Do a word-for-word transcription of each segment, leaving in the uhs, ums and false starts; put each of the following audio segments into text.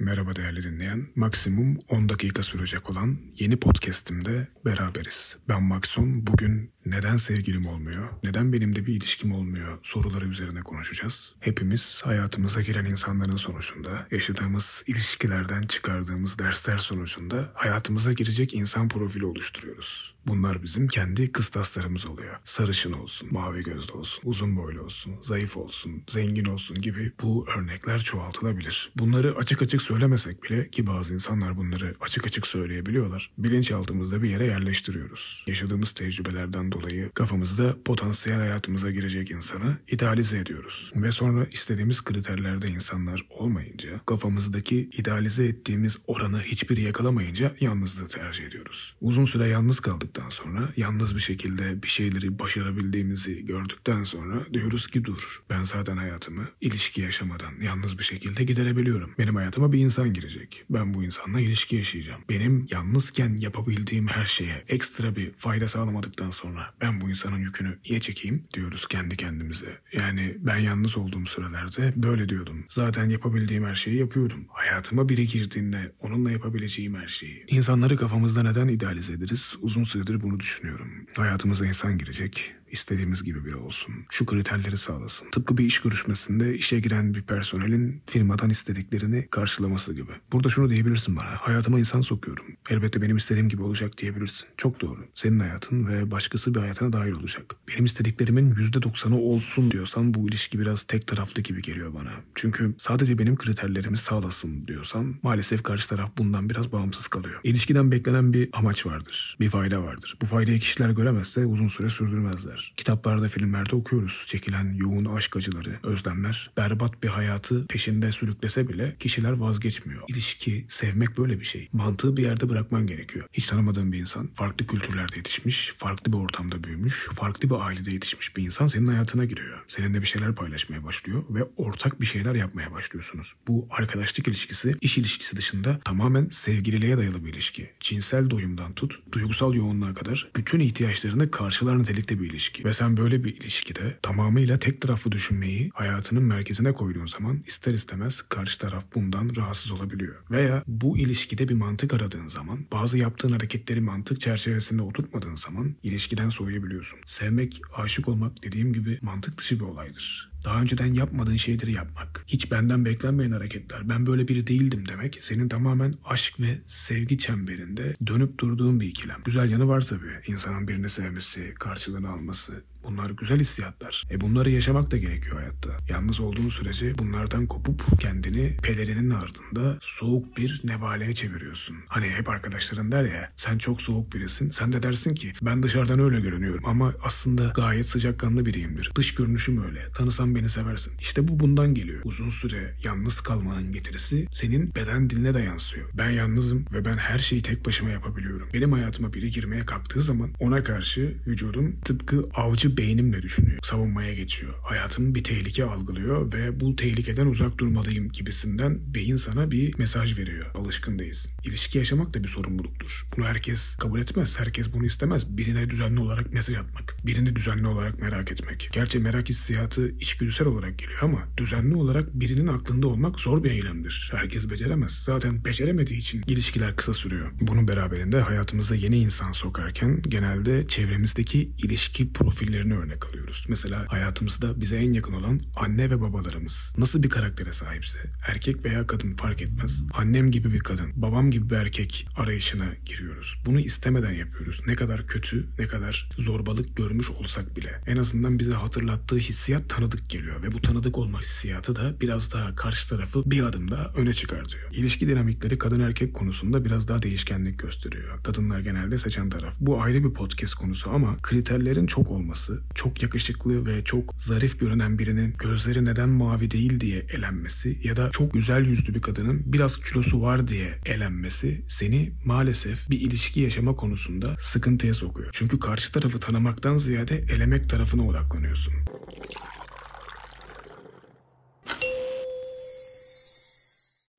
Merhaba değerli dinleyen. Maksimum on dakika sürecek olan yeni podcast'imde beraberiz. Ben Makson. Bugün neden sevgilim olmuyor, neden benimle bir ilişkim olmuyor soruları üzerine konuşacağız. Hepimiz hayatımıza giren insanların sonucunda, yaşadığımız ilişkilerden çıkardığımız dersler sonucunda hayatımıza girecek insan profili oluşturuyoruz. Bunlar bizim kendi kıstaslarımız oluyor. Sarışın olsun, mavi gözlü olsun, uzun boylu olsun, zayıf olsun, zengin olsun gibi bu örnekler çoğaltılabilir. Bunları açık açık söylemesek bile, ki bazı insanlar bunları açık açık söyleyebiliyorlar, bilinçaltımızda bir yere yerleştiriyoruz. Yaşadığımız tecrübelerden dolayı kafamızda potansiyel hayatımıza girecek insanı idealize ediyoruz. Ve sonra istediğimiz kriterlerde insanlar olmayınca, kafamızdaki idealize ettiğimiz oranı hiçbiri yakalamayınca yalnızlığı tercih ediyoruz. Uzun süre yalnız kaldıktan sonra, yalnız bir şekilde bir şeyleri başarabildiğimizi gördükten sonra diyoruz ki dur, ben zaten hayatımı ilişki yaşamadan yalnız bir şekilde giderebiliyorum. Benim hayatıma bir insan girecek. Ben bu insanla ilişki yaşayacağım. Benim yalnızken yapabildiğim her şeye ekstra bir fayda sağlamadıktan sonra ben bu insanın yükünü niye çekeyim diyoruz kendi kendimize. Yani ben yalnız olduğum sürelerde böyle diyordum. Zaten yapabildiğim her şeyi yapıyorum. Hayatıma biri girdiğinde onunla yapabileceğim her şeyi. İnsanları kafamızda neden idealize ederiz? Uzun süredir bunu düşünüyorum. Hayatımıza insan girecek. İstediğimiz gibi biri olsun. Şu kriterleri sağlasın. Tıpkı bir iş görüşmesinde işe giren bir personelin firmadan istediklerini karşılaması gibi. Burada şunu diyebilirsin bana. Hayatıma insan sokuyorum. Elbette benim istediğim gibi olacak diyebilirsin. Çok doğru. Senin hayatın ve başkası bir hayatına dahil olacak. Benim istediklerimin yüzde doksanı olsun diyorsan bu ilişki biraz tek taraflı gibi geliyor bana. Çünkü sadece benim kriterlerimi sağlasın diyorsan maalesef karşı taraf bundan biraz bağımsız kalıyor. İlişkiden beklenen bir amaç vardır. Bir fayda vardır. Bu faydayı kişiler göremezse uzun süre sürdürmezler. Kitaplarda, filmlerde okuyoruz. Çekilen yoğun aşk acıları, özlemler, berbat bir hayatı peşinde sürüklese bile kişiler vazgeçmiyor. İlişki, sevmek böyle bir şey. Mantığı bir yerde bırakman gerekiyor. Hiç tanımadığın bir insan, farklı kültürlerde yetişmiş, farklı bir ortamda büyümüş, farklı bir ailede yetişmiş bir insan senin hayatına giriyor. Seninle bir şeyler paylaşmaya başlıyor ve ortak bir şeyler yapmaya başlıyorsunuz. Bu arkadaşlık ilişkisi, iş ilişkisi dışında tamamen sevgililiğe dayalı bir ilişki. Cinsel doyumdan tut, duygusal yoğunluğa kadar bütün ihtiyaçlarını karşılar nitelikte bir ilişki. Ve sen böyle bir ilişkide tamamıyla tek taraflı düşünmeyi hayatının merkezine koyduğun zaman ister istemez karşı taraf bundan rahatsız olabiliyor. Veya bu ilişkide bir mantık aradığın zaman, bazı yaptığın hareketleri mantık çerçevesinde oturtmadığın zaman ilişkiden soğuyabiliyorsun. Sevmek, aşık olmak dediğim gibi mantık dışı bir olaydır. Daha önceden yapmadığın şeyleri yapmak, hiç benden beklenmeyen hareketler, ben böyle biri değildim demek, senin tamamen aşk ve sevgi çemberinde dönüp durduğun bir ikilem. Güzel yanı var tabii. İnsanın birini sevmesi, karşılığını alması. Bunlar güzel hissiyatlar. E bunları yaşamak da gerekiyor hayatta. Yalnız olduğun sürece bunlardan kopup kendini pelerinin ardında soğuk bir nevaleye çeviriyorsun. Hani hep arkadaşların der ya, sen çok soğuk birisin. Sen de dersin ki ben dışarıdan öyle görünüyorum ama aslında gayet sıcakkanlı biriyimdir. Dış görünüşüm öyle. Tanısan beni seversin. İşte bu bundan geliyor. Uzun süre yalnız kalmanın getirisi senin beden diline de yansıyor. Ben yalnızım ve ben her şeyi tek başıma yapabiliyorum. Benim hayatıma biri girmeye kalktığı zaman ona karşı vücudum tıpkı avcı beynimle düşünüyor. Savunmaya geçiyor. Hayatım bir tehlike algılıyor ve bu tehlikeden uzak durmalıyım gibisinden beyin sana bir mesaj veriyor. Alışkın değilsin. İlişki yaşamak da bir sorumluluktur. Bunu herkes kabul etmez. Herkes bunu istemez. Birine düzenli olarak mesaj atmak. Birini düzenli olarak merak etmek. Gerçi merak hissiyatı içgüdüsel olarak geliyor ama düzenli olarak birinin aklında olmak zor bir eylemdir. Herkes beceremez. Zaten beceremediği için ilişkiler kısa sürüyor. Bunun beraberinde hayatımıza yeni insan sokarken genelde çevremizdeki ilişki profillerini örnek alıyoruz. Mesela hayatımızda bize en yakın olan anne ve babalarımız. Nasıl bir karaktere sahipse, erkek veya kadın fark etmez. Annem gibi bir kadın, babam gibi bir erkek arayışına giriyoruz. Bunu istemeden yapıyoruz. Ne kadar kötü, ne kadar zorbalık görmüş olsak bile. En azından bize hatırlattığı hissiyat tanıdık geliyor ve bu tanıdık olma hissiyatı da biraz daha karşı tarafı bir adım daha öne çıkartıyor. İlişki dinamikleri kadın erkek konusunda biraz daha değişkenlik gösteriyor. Kadınlar genelde seçen taraf. Bu ayrı bir podcast konusu ama kriterlerin çok olması, çok yakışıklı ve çok zarif görünen birinin gözleri neden mavi değil diye elenmesi ya da çok güzel yüzlü bir kadının biraz kilosu var diye elenmesi seni maalesef bir ilişki yaşama konusunda sıkıntıya sokuyor. Çünkü karşı tarafı tanımaktan ziyade elemek tarafına odaklanıyorsun.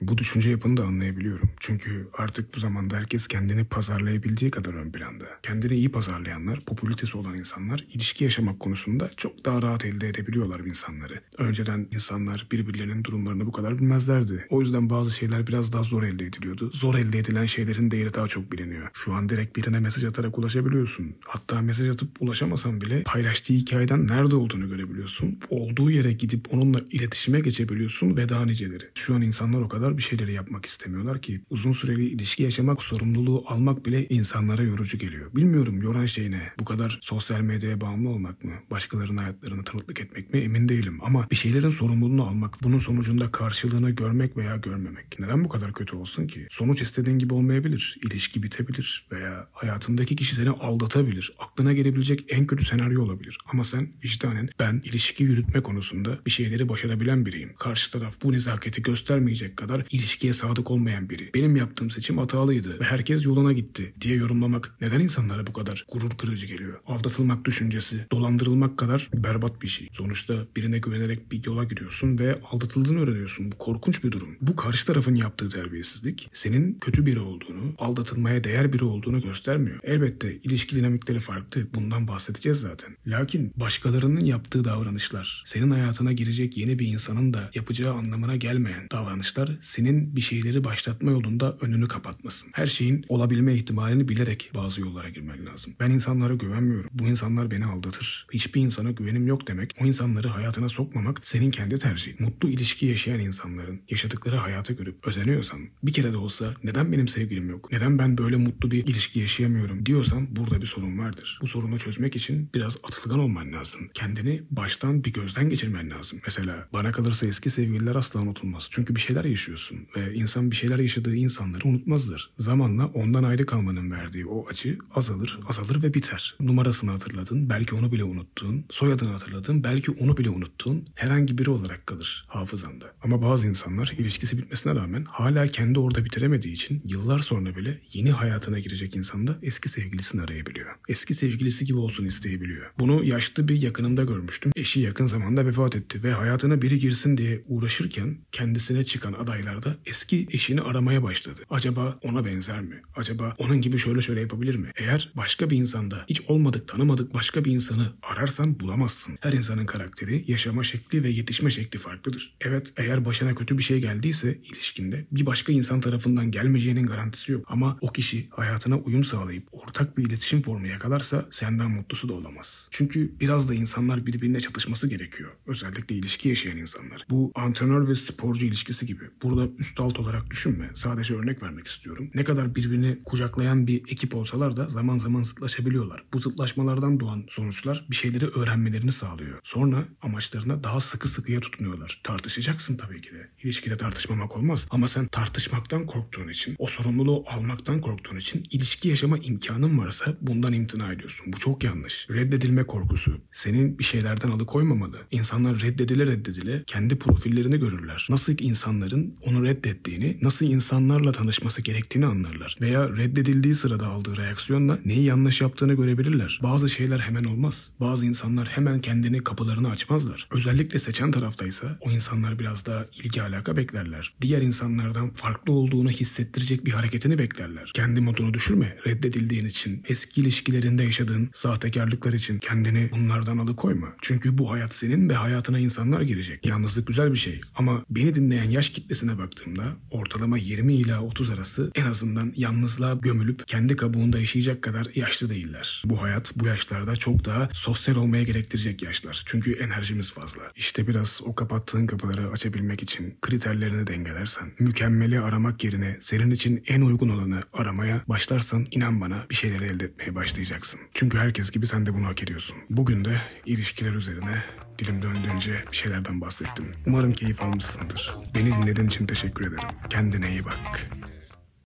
Bu düşünce yapını da anlayabiliyorum. Çünkü artık bu zamanda herkes kendini pazarlayabildiği kadar ön planda. Kendini iyi pazarlayanlar, popülaritesi olan insanlar ilişki yaşamak konusunda çok daha rahat elde edebiliyorlar insanları. Önceden insanlar birbirlerinin durumlarını bu kadar bilmezlerdi. O yüzden bazı şeyler biraz daha zor elde ediliyordu. Zor elde edilen şeylerin değeri daha çok biliniyor. Şu an direkt birine mesaj atarak ulaşabiliyorsun. Hatta mesaj atıp ulaşamasan bile paylaştığı hikayeden nerede olduğunu görebiliyorsun. Olduğu yere gidip onunla iletişime geçebiliyorsun ve daha niceleri. Şu an insanlar o kadar bir şeyleri yapmak istemiyorlar ki uzun süreli ilişki yaşamak, sorumluluğu almak bile insanlara yorucu geliyor. Bilmiyorum yoran şey ne? Bu kadar sosyal medyaya bağımlı olmak mı? Başkalarının hayatlarını tanıklık etmek mi? Emin değilim ama bir şeylerin sorumluluğunu almak, bunun sonucunda karşılığını görmek veya görmemek. Neden bu kadar kötü olsun ki? Sonuç istediğin gibi olmayabilir. İlişki bitebilir veya hayatındaki kişi seni aldatabilir. Aklına gelebilecek en kötü senaryo olabilir. Ama sen vicdanen ben ilişki yürütme konusunda bir şeyleri başarabilen biriyim. Karşı taraf bu nezaketi göstermeyecek kadar ilişkiye sadık olmayan biri. Benim yaptığım seçim hatalıydı ve herkes yoluna gitti diye yorumlamak neden insanlara bu kadar gurur kırıcı geliyor? Aldatılmak düşüncesi, dolandırılmak kadar berbat bir şey. Sonuçta birine güvenerek bir yola giriyorsun ve aldatıldığını öğreniyorsun. Bu korkunç bir durum. Bu karşı tarafın yaptığı terbiyesizlik senin kötü biri olduğunu, aldatılmaya değer biri olduğunu göstermiyor. Elbette ilişki dinamikleri farklı. Bundan bahsedeceğiz zaten. Lakin başkalarının yaptığı davranışlar, senin hayatına girecek yeni bir insanın da yapacağı anlamına gelmeyen davranışlar senin bir şeyleri başlatma yolunda önünü kapatmasın. Her şeyin olabilme ihtimalini bilerek bazı yollara girmen lazım. Ben insanlara güvenmiyorum. Bu insanlar beni aldatır. Hiçbir insana güvenim yok demek, o insanları hayatına sokmamak senin kendi tercihin. Mutlu ilişki yaşayan insanların yaşadıkları hayatı görüp özeniyorsan, bir kere de olsa neden benim sevgilim yok, neden ben böyle mutlu bir ilişki yaşayamıyorum diyorsan burada bir sorun vardır. Bu sorunu çözmek için biraz atılgan olman lazım. Kendini baştan bir gözden geçirmen lazım. Mesela bana kalırsa eski sevgililer asla unutulmaz. Çünkü bir şeyler yaşıyorsun ve insan bir şeyler yaşadığı insanları unutmazlar. Zamanla ondan ayrı kalmanın verdiği o acı azalır, azalır ve biter. Numarasını hatırladın, belki onu bile unuttun. Soyadını hatırladın, belki onu bile unuttun. Herhangi biri olarak kalır hafızanda. Ama bazı insanlar ilişkisi bitmesine rağmen hala kendi orada bitiremediği için yıllar sonra bile yeni hayatına girecek insan da eski sevgilisini arayabiliyor. Eski sevgilisi gibi olsun isteyebiliyor. Bunu yaşlı bir yakınımda görmüştüm. Eşi yakın zamanda vefat etti ve hayatına biri girsin diye uğraşırken kendisine çıkan adaylarda eski eşini aramaya başladı. Acaba ona benzer mi? Acaba onun gibi şöyle şöyle yapabilir mi? Eğer başka bir insanda hiç olmadık, tanımadık başka bir insanı ararsan bulamazsın. Her insanın karakteri, yaşama şekli ve yetişme şekli farklıdır. Evet, eğer başına kötü bir şey geldiyse ilişkinde bir başka insan tarafından gelmeyeceğinin garantisi yok. Ama o kişi hayatına uyum sağlayıp ortak bir iletişim formu yakalarsa senden mutlusu da olamaz. Çünkü biraz da insanlar birbirine çatışması gerekiyor. Özellikle ilişki yaşayan insanlar. Bu antrenör ve sporcu ilişkisi gibi. Burada üst alt olarak düşünme. Sadece örnek vermek istiyorum. Ne kadar birbirini kucaklayan bir ekip olsalar da zaman zaman zıtlaşabiliyorlar. Bu zıtlaşmalardan doğan sonuçlar bir şeyleri öğrenmelerini sağlıyor. Sonra amaçlarına daha sıkı sıkıya tutunuyorlar. Tartışacaksın tabii ki de. İlişkide tartışmamak olmaz. Ama sen tartışmaktan korktuğun için, o sorumluluğu almaktan korktuğun için ilişki yaşama imkanın varsa bundan imtina ediyorsun. Bu çok yanlış. Reddedilme korkusu senin bir şeylerden alıkoymamalı. İnsanlar reddedile reddedile kendi profillerini görürler. Nasıl insanların onu reddettiğini, nasıl insanlarla tanışması gerektiğini anlarlar. Veya reddedildiği sırada aldığı reaksiyonla neyi yanlış yaptığını görebilirler. Bazı şeyler hemen olmaz. Bazı insanlar hemen kendini kapılarını açmazlar. Özellikle seçen taraftaysa o insanlar biraz daha ilgi alaka beklerler. Diğer insanlardan farklı olduğunu hissettirecek bir hareketini beklerler. Kendi modunu düşürme. Reddedildiğin için, eski ilişkilerinde yaşadığın sahtekarlıklar için kendini bunlardan alıkoyma. Çünkü bu hayat senin ve hayatına insanlar girecek. Yalnızlık güzel bir şey ama beni dinleyen yaş kitlesine baktığımda ortalama yirmi ila otuz arası en azından yalnızlığa gömülüp kendi kabuğunda yaşayacak kadar yaşlı değiller. Bu hayat bu yaşlarda çok daha sosyal olmaya gerektirecek yaşlar. Çünkü enerjimiz fazla. İşte biraz o kapattığın kapıları açabilmek için kriterlerini dengelersen, mükemmeli aramak yerine senin için en uygun olanı aramaya başlarsan inan bana bir şeyleri elde etmeye başlayacaksın. Çünkü herkes gibi sen de bunu hak ediyorsun. Bugün de ilişkiler üzerine dilim döndüğünce bir şeylerden bahsettim. Umarım keyif almışsındır. Beni dinlediğin için teşekkür ederim. Kendine iyi bak.